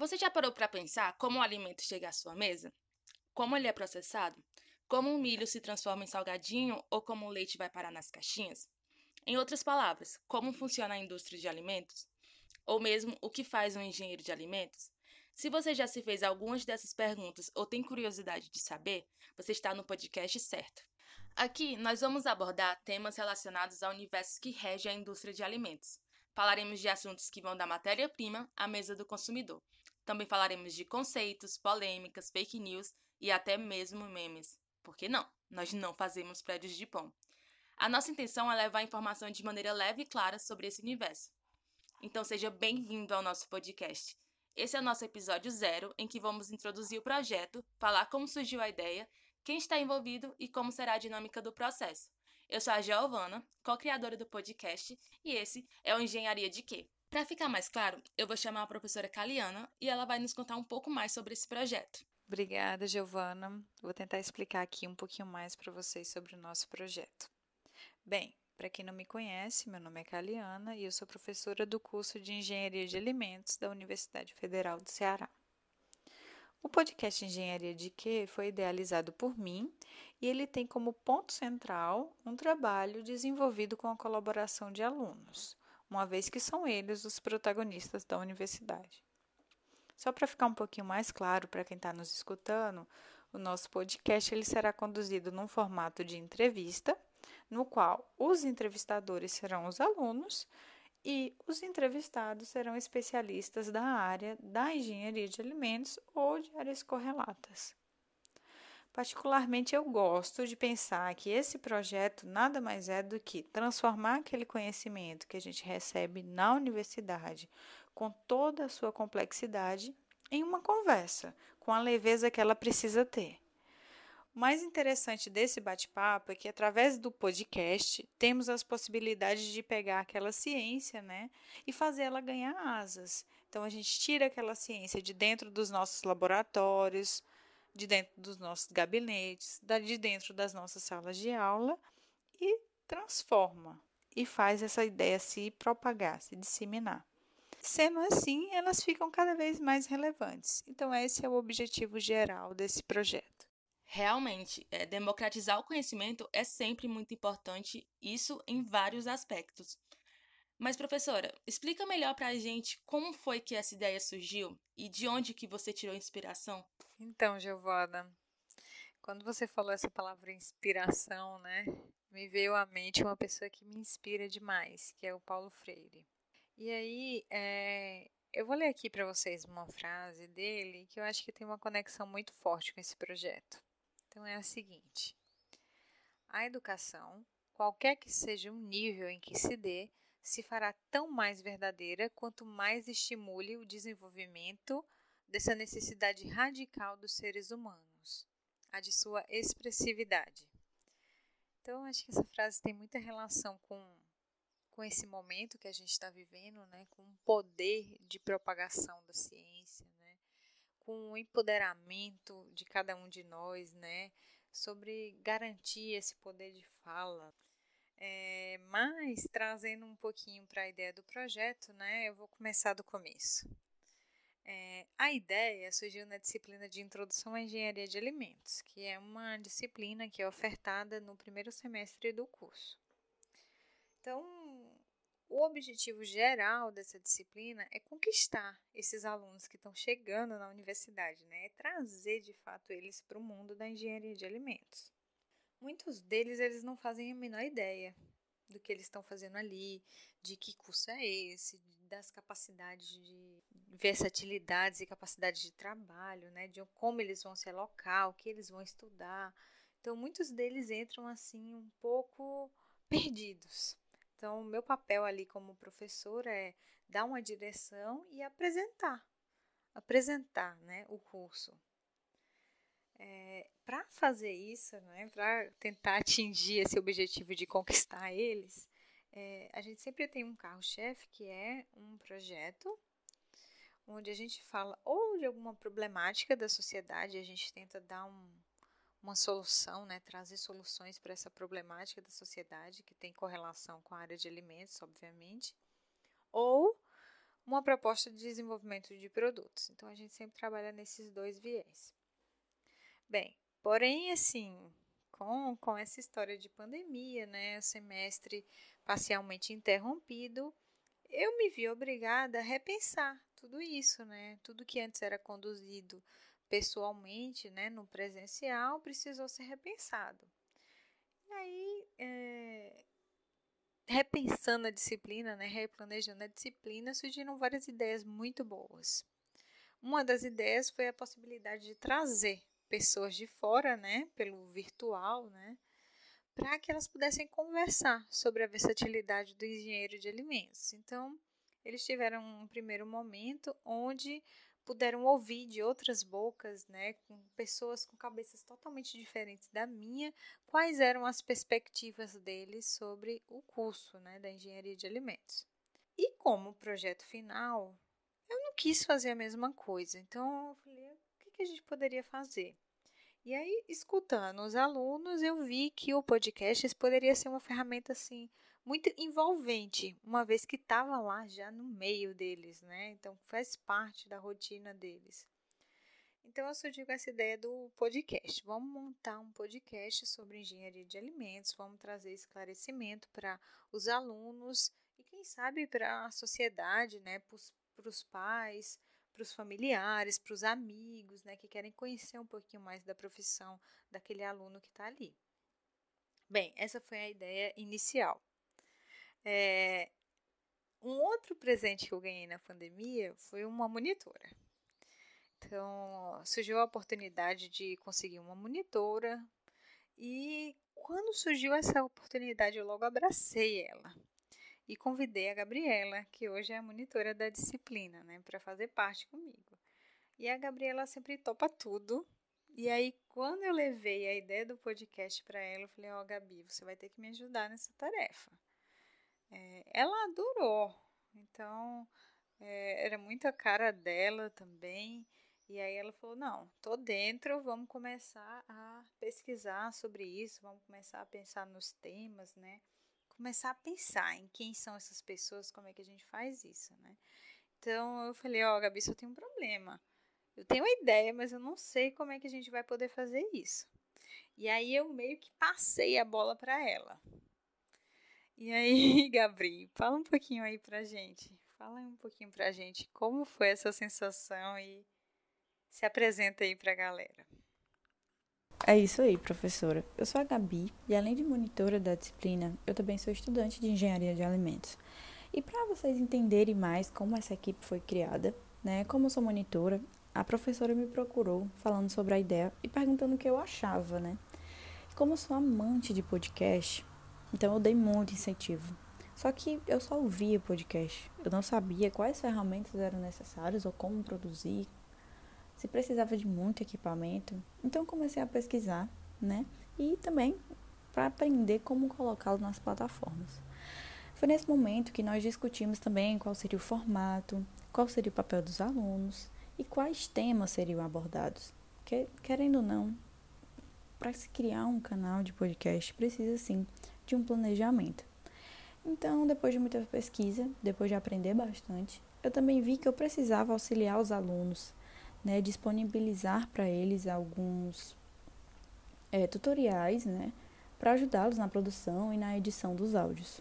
Você já parou para pensar como o alimento chega à sua mesa? Como ele é processado? Como o milho se transforma em salgadinho ou como o leite vai parar nas caixinhas? Em outras palavras, como funciona a indústria de alimentos? Ou mesmo o que faz um engenheiro de alimentos? Se você já se fez algumas dessas perguntas ou tem curiosidade de saber, você está no podcast certo. Aqui nós vamos abordar temas relacionados ao universo que rege a indústria de alimentos. Falaremos de assuntos que vão da matéria-prima à mesa do consumidor. Também falaremos de conceitos, polêmicas, fake news e até mesmo memes. Por que não? Nós não fazemos prédios de pão. A nossa intenção é levar a informação de maneira leve e clara sobre esse universo. Então seja bem-vindo ao nosso podcast. Esse é o nosso episódio zero, em que vamos introduzir o projeto, falar como surgiu a ideia, quem está envolvido e como será a dinâmica do processo. Eu sou a Giovana, co-criadora do podcast, e esse é o Engenharia de Quê? Para ficar mais claro, eu vou chamar a professora Caliana e ela vai nos contar um pouco mais sobre esse projeto. Obrigada, Giovana. Vou tentar explicar aqui um pouquinho mais para vocês sobre o nosso projeto. Bem, para quem não me conhece, meu nome é Caliana e eu sou professora do curso de Engenharia de Alimentos da Universidade Federal do Ceará. O podcast Engenharia de Quê foi idealizado por mim e ele tem como ponto central um trabalho desenvolvido com a colaboração de alunos, uma vez que são eles os protagonistas da universidade. Só para ficar um pouquinho mais claro para quem está nos escutando, o nosso podcast ele será conduzido num formato de entrevista, no qual os entrevistadores serão os alunos e os entrevistados serão especialistas da área da engenharia de alimentos ou de áreas correlatas. Particularmente, eu gosto de pensar que esse projeto nada mais é do que transformar aquele conhecimento que a gente recebe na universidade, com toda a sua complexidade, em uma conversa, com a leveza que ela precisa ter. O mais interessante desse bate-papo é que, através do podcast, temos as possibilidades de pegar aquela ciência, né, e fazer ela ganhar asas. Então, a gente tira aquela ciência de dentro dos nossos laboratórios, de dentro dos nossos gabinetes, de dentro das nossas salas de aula e transforma e faz essa ideia se propagar, se disseminar. Sendo assim, elas ficam cada vez mais relevantes. Então, esse é o objetivo geral desse projeto. Realmente, democratizar o conhecimento é sempre muito importante, isso em vários aspectos. Mas, professora, explica melhor para a gente como foi que essa ideia surgiu e de onde que você tirou inspiração? Então, Giovana, quando você falou essa palavra inspiração, né, me veio à mente uma pessoa que me inspira demais, que é o Paulo Freire. E aí, eu vou ler aqui para vocês uma frase dele que eu acho que tem uma conexão muito forte com esse projeto. Então, é a seguinte: a educação, qualquer que seja o nível em que se dê, se fará tão mais verdadeira quanto mais estimule o desenvolvimento dessa necessidade radical dos seres humanos, a de sua expressividade. Então, acho que essa frase tem muita relação com esse momento que a gente está vivendo, né, com o poder de propagação da ciência, né, com o empoderamento de cada um de nós, né, sobre garantir esse poder de fala. Mas trazendo um pouquinho para a ideia do projeto, né, eu vou começar do começo. A ideia surgiu na disciplina de Introdução à Engenharia de Alimentos, que é uma disciplina que é ofertada no primeiro semestre do curso. Então, o objetivo geral dessa disciplina é conquistar esses alunos que estão chegando na universidade, né? É trazer de fato eles para o mundo da engenharia de alimentos. Muitos deles eles não fazem a menor ideia do que eles estão fazendo ali, de que curso é esse, das capacidades de versatilidades e capacidades de trabalho, né? De como eles vão se alocar, o que eles vão estudar. Então, muitos deles entram assim um pouco perdidos. Então, o meu papel ali como professora é dar uma direção e apresentar, né, o curso. Para fazer isso, né, para tentar atingir esse objetivo de conquistar eles, a gente sempre tem um carro-chefe que é um projeto onde a gente fala ou de alguma problemática da sociedade, a gente tenta dar uma solução, né, trazer soluções para essa problemática da sociedade que tem correlação com a área de alimentos, obviamente, ou uma proposta de desenvolvimento de produtos. Então, a gente sempre trabalha nesses dois viés. Bem, porém, assim, com essa história de pandemia, né, o semestre parcialmente interrompido, eu me vi obrigada a repensar tudo isso, né? Tudo que antes era conduzido pessoalmente, né, no presencial, precisou ser repensado. E aí, repensando a disciplina, né, replanejando a disciplina, surgiram várias ideias muito boas. Uma das ideias foi a possibilidade de trazer pessoas de fora, né, pelo virtual, né, para que elas pudessem conversar sobre a versatilidade do engenheiro de alimentos. Então, eles tiveram um primeiro momento onde puderam ouvir de outras bocas, né, com pessoas com cabeças totalmente diferentes da minha, quais eram as perspectivas deles sobre o curso, né, da engenharia de alimentos. E como projeto final, eu não quis fazer a mesma coisa, então eu falei, o que a gente poderia fazer? E aí, escutando os alunos, eu vi que o podcast poderia ser uma ferramenta assim muito envolvente, uma vez que estava lá já no meio deles, né? Então faz parte da rotina deles. Então eu surgi com essa ideia do podcast. Vamos montar um podcast sobre engenharia de alimentos, vamos trazer esclarecimento para os alunos e quem sabe para a sociedade, né? Para os pais, para os familiares, para os amigos, né, que querem conhecer um pouquinho mais da profissão daquele aluno que está ali. Bem, essa foi a ideia inicial. Um outro presente que eu ganhei na pandemia foi uma monitora. Então, surgiu a oportunidade de conseguir uma monitora e quando surgiu essa oportunidade eu logo abracei ela. E convidei a Gabriela, que hoje é a monitora da disciplina, né, para fazer parte comigo. E a Gabriela sempre topa tudo. E aí, quando eu levei a ideia do podcast para ela, eu falei, Gabi, você vai ter que me ajudar nessa tarefa. Ela adorou. Então, era muito a cara dela também. E aí ela falou, não, tô dentro, vamos começar a pesquisar sobre isso, vamos começar a pensar nos temas, né? Começar a pensar em quem são essas pessoas, como é que a gente faz isso, né? Então, eu falei, Gabi, só tem um problema. Eu tenho uma ideia, mas eu não sei como é que a gente vai poder fazer isso. E aí eu meio que passei a bola para ela. E aí, Gabri, fala um pouquinho aí pra gente. Fala um pouquinho pra gente como foi essa sensação e se apresenta aí pra galera. É isso aí, professora. Eu sou a Gabi e além de monitora da disciplina, eu também sou estudante de engenharia de alimentos. E para vocês entenderem mais como essa equipe foi criada, né, como eu sou monitora, a professora me procurou falando sobre a ideia e perguntando o que eu achava, né? Como eu sou amante de podcast, então eu dei muito incentivo. Só que eu só ouvia podcast. Eu não sabia quais ferramentas eram necessárias ou como produzir, se precisava de muito equipamento. Então comecei a pesquisar, né? E também para aprender como colocá-lo nas plataformas. Foi nesse momento que nós discutimos também qual seria o formato, qual seria o papel dos alunos e quais temas seriam abordados. Porque, querendo ou não, para se criar um canal de podcast precisa sim de um planejamento. Então, depois de muita pesquisa, depois de aprender bastante, eu também vi que eu precisava auxiliar os alunos, né, disponibilizar para eles alguns tutoriais, né, para ajudá-los na produção e na edição dos áudios.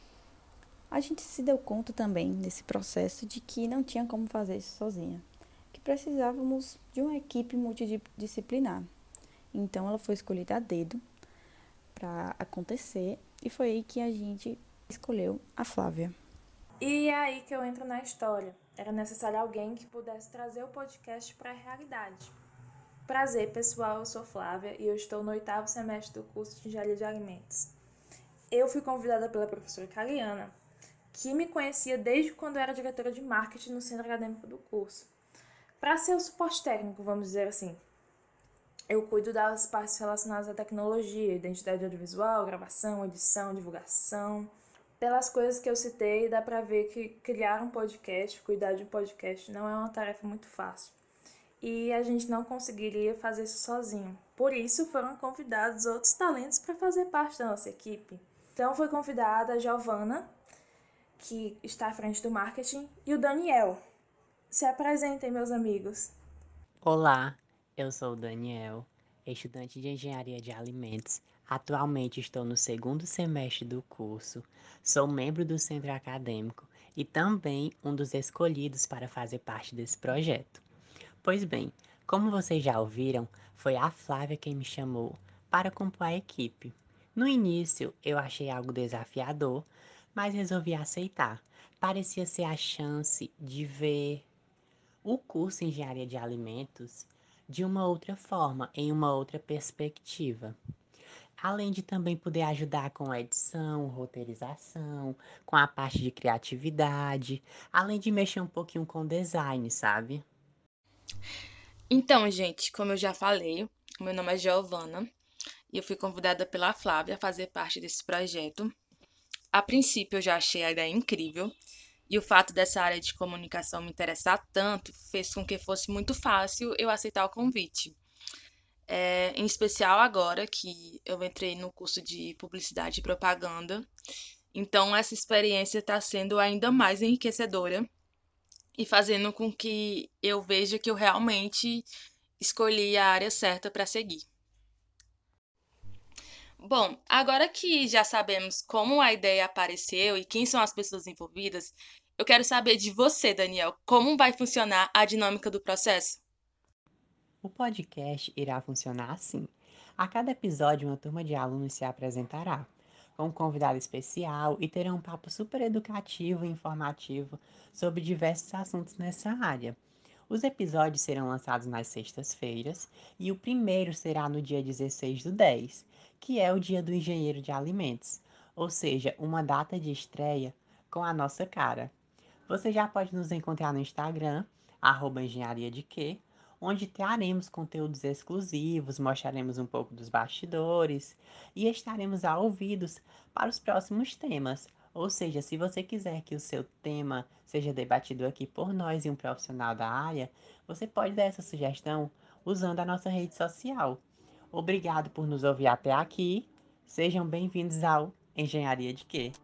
A gente se deu conta também nesse processo de que não tinha como fazer isso sozinha, que precisávamos de uma equipe multidisciplinar. Então ela foi escolhida a dedo para acontecer e foi aí que a gente escolheu a Flávia. E é aí que eu entro na história. Era necessário alguém que pudesse trazer o podcast para a realidade. Prazer, pessoal, eu sou Flávia e eu estou no 8º semestre do curso de Engenharia de Alimentos. Eu fui convidada pela professora Cariana, que me conhecia desde quando eu era diretora de marketing no centro acadêmico do curso, para ser o suporte técnico, vamos dizer assim. Eu cuido das partes relacionadas à tecnologia, identidade audiovisual, gravação, edição, divulgação. Pelas coisas que eu citei, dá para ver que criar um podcast, cuidar de um podcast, não é uma tarefa muito fácil. E a gente não conseguiria fazer isso sozinho. Por isso, foram convidados outros talentos para fazer parte da nossa equipe. Então, foi convidada a Giovana, que está à frente do marketing, e o Daniel. Se apresentem, meus amigos. Olá, eu sou o Daniel, estudante de Engenharia de Alimentos. Atualmente estou no segundo semestre do curso, sou membro do centro acadêmico e também um dos escolhidos para fazer parte desse projeto. Pois bem, como vocês já ouviram, foi a Flávia quem me chamou para compor a equipe. No início eu achei algo desafiador, mas resolvi aceitar. Parecia ser a chance de ver o curso em Engenharia de Alimentos de uma outra forma, em uma outra perspectiva. Além de também poder ajudar com a edição, roteirização, com a parte de criatividade, além de mexer um pouquinho com design, sabe? Então, gente, como eu já falei, o meu nome é Giovana e eu fui convidada pela Flávia a fazer parte desse projeto. A princípio, eu já achei a ideia incrível e o fato dessa área de comunicação me interessar tanto fez com que fosse muito fácil eu aceitar o convite. Em especial agora que eu entrei no curso de publicidade e propaganda, então essa experiência está sendo ainda mais enriquecedora e fazendo com que eu veja que eu realmente escolhi a área certa para seguir. Bom, agora que já sabemos como a ideia apareceu e quem são as pessoas envolvidas, eu quero saber de você, Daniel, como vai funcionar a dinâmica do processo? O podcast irá funcionar assim. A cada episódio, uma turma de alunos se apresentará com um convidado especial e terá um papo super educativo e informativo sobre diversos assuntos nessa área. Os episódios serão lançados nas sextas-feiras e o primeiro será no dia 16/10, que é o dia do engenheiro de alimentos, ou seja, uma data de estreia com a nossa cara. Você já pode nos encontrar no Instagram, @engenhariadeq, onde traremos conteúdos exclusivos, mostraremos um pouco dos bastidores e estaremos a ouvidos para os próximos temas. Ou seja, se você quiser que o seu tema seja debatido aqui por nós e um profissional da área, você pode dar essa sugestão usando a nossa rede social. Obrigado por nos ouvir até aqui. Sejam bem-vindos ao Engenharia de Quê?